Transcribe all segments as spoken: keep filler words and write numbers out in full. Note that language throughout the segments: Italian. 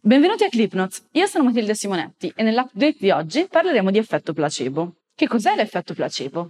Benvenuti a ClipNotes, io sono Matilde Simonetti e nell'update di oggi parleremo di effetto placebo. Che cos'è l'effetto placebo?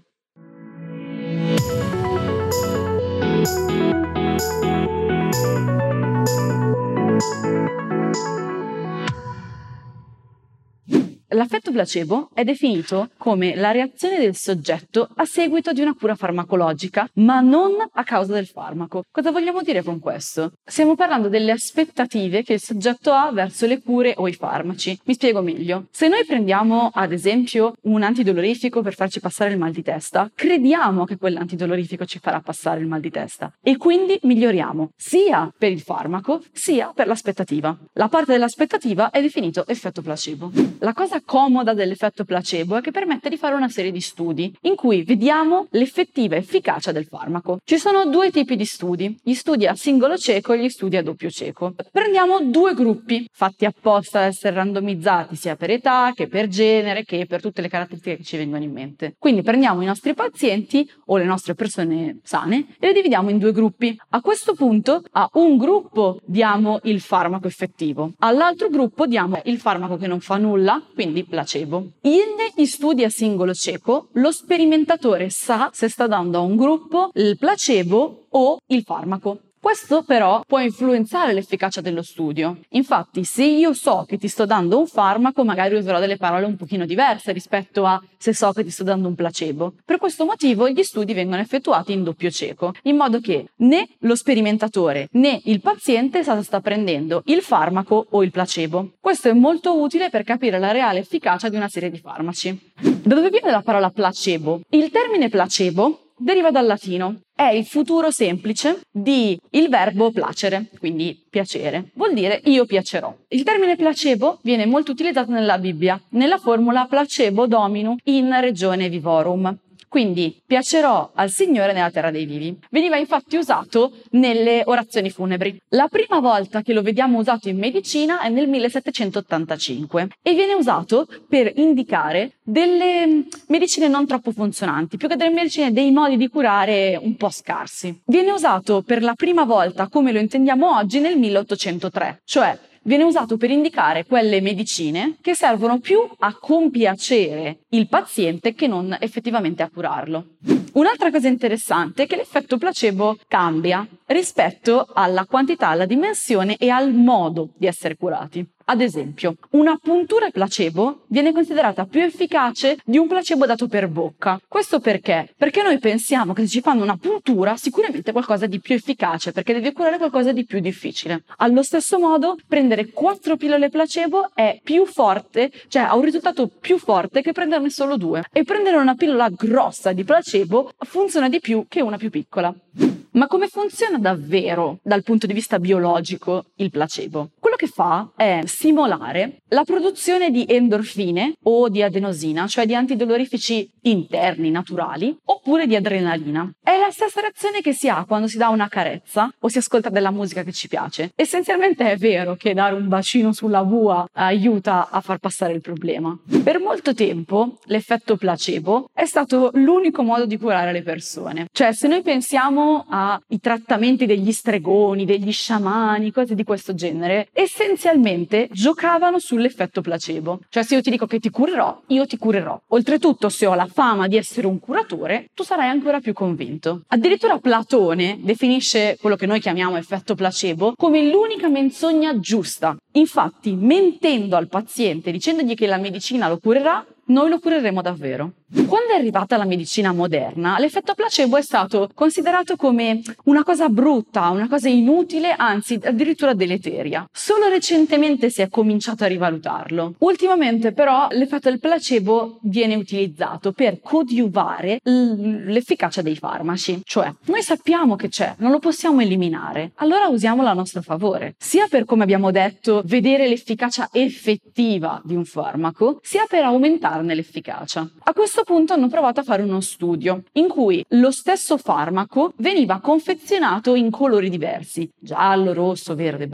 L'effetto placebo è definito come la reazione del soggetto a seguito di una cura farmacologica, ma non a causa del farmaco. Cosa vogliamo dire con questo? Stiamo parlando delle aspettative che il soggetto ha verso le cure o i farmaci. Mi spiego meglio. Se noi prendiamo, ad esempio, un antidolorifico per farci passare il mal di testa, crediamo che quell'antidolorifico ci farà passare il mal di testa e quindi miglioriamo sia per il farmaco sia per l'aspettativa. La parte dell'aspettativa è definito effetto placebo. La cosa comoda dell'effetto placebo è che permette di fare una serie di studi in cui vediamo l'effettiva efficacia del farmaco. Ci sono due tipi di studi, gli studi a singolo cieco e gli studi a doppio cieco. Prendiamo due gruppi fatti apposta ad essere randomizzati sia per età che per genere che per tutte le caratteristiche che ci vengono in mente. Quindi prendiamo i nostri pazienti o le nostre persone sane e le dividiamo in due gruppi. A questo punto a un gruppo diamo il farmaco effettivo, all'altro gruppo diamo il farmaco che non fa nulla, quindi placebo. Negli studi a singolo cieco, lo sperimentatore sa se sta dando a un gruppo il placebo o il farmaco. Questo però può influenzare l'efficacia dello studio. Infatti, se io so che ti sto dando un farmaco, magari userò delle parole un pochino diverse rispetto a se so che ti sto dando un placebo. Per questo motivo gli studi vengono effettuati in doppio cieco, in modo che né lo sperimentatore né il paziente sa se sta prendendo il farmaco o il placebo. Questo è molto utile per capire la reale efficacia di una serie di farmaci. Da dove viene la parola placebo? Il termine placebo deriva dal latino. È il futuro semplice di il verbo placere, quindi piacere. Vuol dire io piacerò. Il termine placebo viene molto utilizzato nella Bibbia, nella formula placebo domino in regione vivorum. Quindi piacerò al Signore nella terra dei vivi. Veniva infatti usato nelle orazioni funebri. La prima volta che lo vediamo usato in medicina è nel millesettecentottantacinque e viene usato per indicare delle medicine non troppo funzionanti, più che delle medicine dei modi di curare un po' scarsi. Viene usato per la prima volta come lo intendiamo oggi nel milleottocentotre, cioè viene usato per indicare quelle medicine che servono più a compiacere il paziente che non effettivamente a curarlo. Un'altra cosa interessante è che l'effetto placebo cambia rispetto alla quantità, alla dimensione e al modo di essere curati. Ad esempio, una puntura placebo viene considerata più efficace di un placebo dato per bocca. Questo perché? Perché noi pensiamo che se ci fanno una puntura sicuramente è qualcosa di più efficace, perché deve curare qualcosa di più difficile. Allo stesso modo, prendere quattro pillole placebo è più forte, cioè ha un risultato più forte che prenderne solo due. E prendere una pillola grossa di placebo funziona di più che una più piccola. Ma come funziona davvero dal punto di vista biologico il placebo? Quello che fa è simulare la produzione di endorfine o di adenosina, cioè di antidolorifici interni, naturali, oppure di adrenalina. È la stessa reazione che si ha quando si dà una carezza o si ascolta della musica che ci piace. Essenzialmente è vero che dare un bacino sulla bua aiuta a far passare il problema. Per molto tempo l'effetto placebo è stato l'unico modo di curare le persone. Cioè, se noi pensiamo ai trattamenti degli stregoni, degli sciamani, cose di questo genere, essenzialmente giocavano sull'effetto placebo. Cioè, se io ti dico che ti curerò, io ti curerò. Oltretutto, se ho la fama di essere un curatore, tu sarai ancora più convinto. Addirittura Platone definisce quello che noi chiamiamo effetto placebo come l'unica menzogna giusta. Infatti, mentendo al paziente, dicendogli che la medicina lo curerà, noi lo cureremo davvero. Quando è arrivata la medicina moderna, l'effetto placebo è stato considerato come una cosa brutta, una cosa inutile, anzi addirittura deleteria. Solo recentemente si è cominciato a rivalutarlo. Ultimamente però l'effetto del placebo viene utilizzato per coadiuvare l'efficacia dei farmaci. Cioè, noi sappiamo che c'è, non lo possiamo eliminare, allora usiamolo a nostro favore. Sia per, come abbiamo detto, vedere l'efficacia effettiva di un farmaco, sia per aumentarne l'efficacia. A questo punto hanno provato a fare uno studio in cui lo stesso farmaco veniva confezionato in colori diversi, giallo, rosso, verde, blu.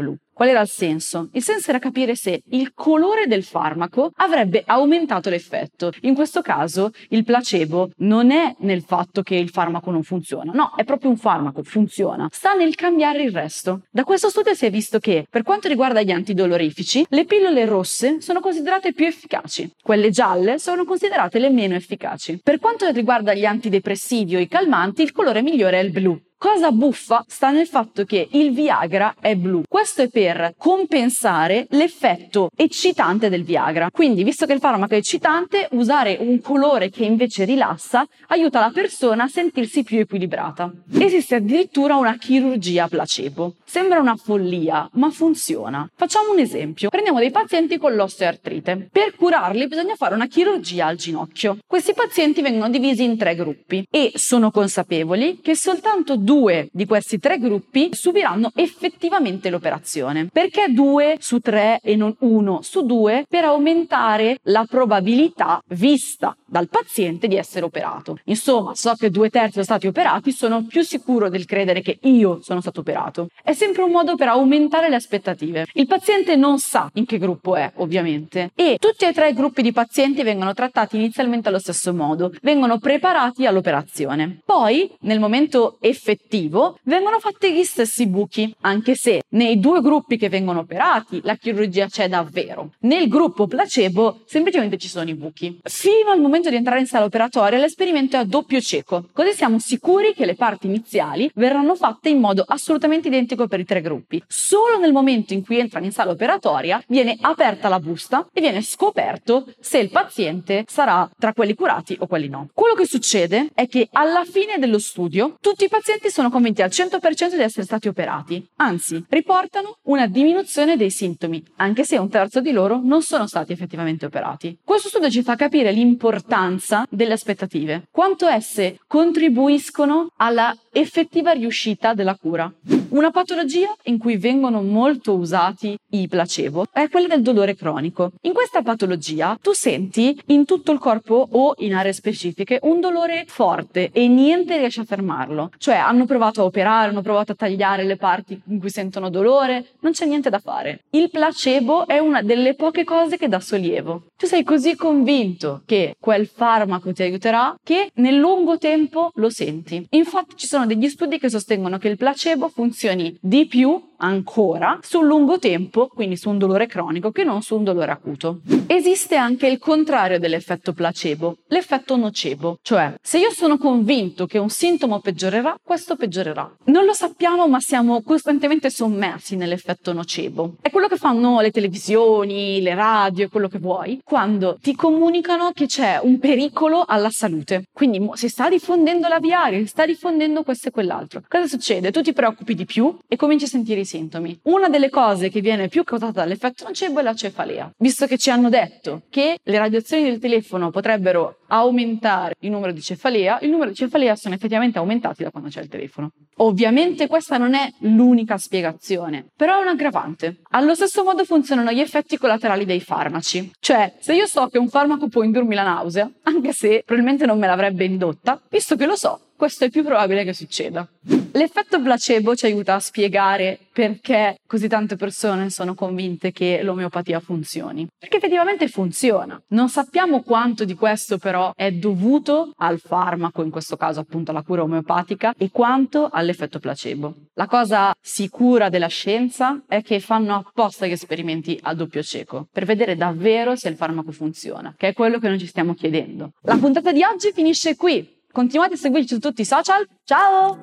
Qual era il senso? Il senso era capire se il colore del farmaco avrebbe aumentato l'effetto. In questo caso il placebo non è nel fatto che il farmaco non funziona, no, è proprio un farmaco, funziona, sta nel cambiare il resto. Da questo studio si è visto che per quanto riguarda gli antidolorifici, le pillole rosse sono considerate più efficaci, quelle gialle sono considerate le meno efficaci. Per quanto riguarda gli antidepressivi o i calmanti, il colore migliore è il blu. Cosa buffa sta nel fatto che il Viagra è blu. Questo è per compensare l'effetto eccitante del Viagra. Quindi, visto che il farmaco è eccitante, usare un colore che invece rilassa aiuta la persona a sentirsi più equilibrata. Esiste addirittura una chirurgia placebo. Sembra una follia, ma funziona. Facciamo un esempio. Prendiamo dei pazienti con l'osteoartrite. Per curarli bisogna fare una chirurgia al ginocchio. Questi pazienti vengono divisi in tre gruppi e sono consapevoli che soltanto due Due di questi tre gruppi subiranno effettivamente l'operazione. Perché due su tre e non uno su due? Per aumentare la probabilità vista dal paziente di essere operato. Insomma, so che due terzi sono stati operati, sono più sicuro del credere che io sono stato operato. È sempre un modo per aumentare le aspettative. Il paziente non sa in che gruppo è, ovviamente, e tutti e tre i gruppi di pazienti vengono trattati inizialmente allo stesso modo, vengono preparati all'operazione. Poi, nel momento effettivo, vengono fatti gli stessi buchi, anche se nei due gruppi che vengono operati la chirurgia c'è davvero. Nel gruppo placebo semplicemente ci sono i buchi. Fino al momento di entrare in sala operatoria l'esperimento è a doppio cieco, così siamo sicuri che le parti iniziali verranno fatte in modo assolutamente identico per i tre gruppi. Solo nel momento in cui entrano in sala operatoria viene aperta la busta e viene scoperto se il paziente sarà tra quelli curati o quelli no. Quello che succede è che alla fine dello studio tutti i pazienti sono convinti al cento per cento di essere stati operati, anzi riportano una diminuzione dei sintomi, anche se un terzo di loro non sono stati effettivamente operati. Questo studio ci fa capire l'importanza delle aspettative, quanto esse contribuiscono alla effettiva riuscita della cura. Una patologia in cui vengono molto usati i placebo è quella del dolore cronico. In questa patologia tu senti in tutto il corpo o in aree specifiche un dolore forte e niente riesce a fermarlo. Cioè hanno provato a operare, hanno provato a tagliare le parti in cui sentono dolore, non c'è niente da fare. Il placebo è una delle poche cose che dà sollievo. Tu sei così convinto che quel farmaco ti aiuterà che nel lungo tempo lo senti. Infatti ci sono degli studi che sostengono che il placebo funzioni di più ancora sul lungo tempo, quindi su un dolore cronico, che non su un dolore acuto. Esiste anche il contrario dell'effetto placebo, l'effetto nocebo, cioè se io sono convinto che un sintomo peggiorerà, questo peggiorerà. Non lo sappiamo, ma siamo costantemente sommersi nell'effetto nocebo. È quello che fanno le televisioni, le radio, quello che vuoi, quando ti comunicano che c'è un pericolo alla salute. Quindi si sta diffondendo la viaria, si sta diffondendo questo e quell'altro. Cosa succede? Tu ti preoccupi di più e cominci a sentire i sintomi. Una delle cose che viene più causata dall'effetto nocebo è la cefalea, visto che ci hanno detto che le radiazioni del telefono potrebbero aumentare il numero di cefalea, il numero di cefalea sono effettivamente aumentati da quando c'è il telefono. Ovviamente questa non è l'unica spiegazione, però è un aggravante. Allo stesso modo funzionano gli effetti collaterali dei farmaci, cioè se io so che un farmaco può indurmi la nausea, anche se probabilmente non me l'avrebbe indotta, visto che lo so, questo è più probabile che succeda. L'effetto placebo ci aiuta a spiegare perché così tante persone sono convinte che l'omeopatia funzioni. Perché effettivamente funziona. Non sappiamo quanto di questo però è dovuto al farmaco, in questo caso appunto alla cura omeopatica, e quanto all'effetto placebo. La cosa sicura della scienza è che fanno apposta gli esperimenti a doppio cieco, per vedere davvero se il farmaco funziona, che è quello che noi ci stiamo chiedendo. La puntata di oggi finisce qui. Continuate a seguirci su tutti i social. Ciao!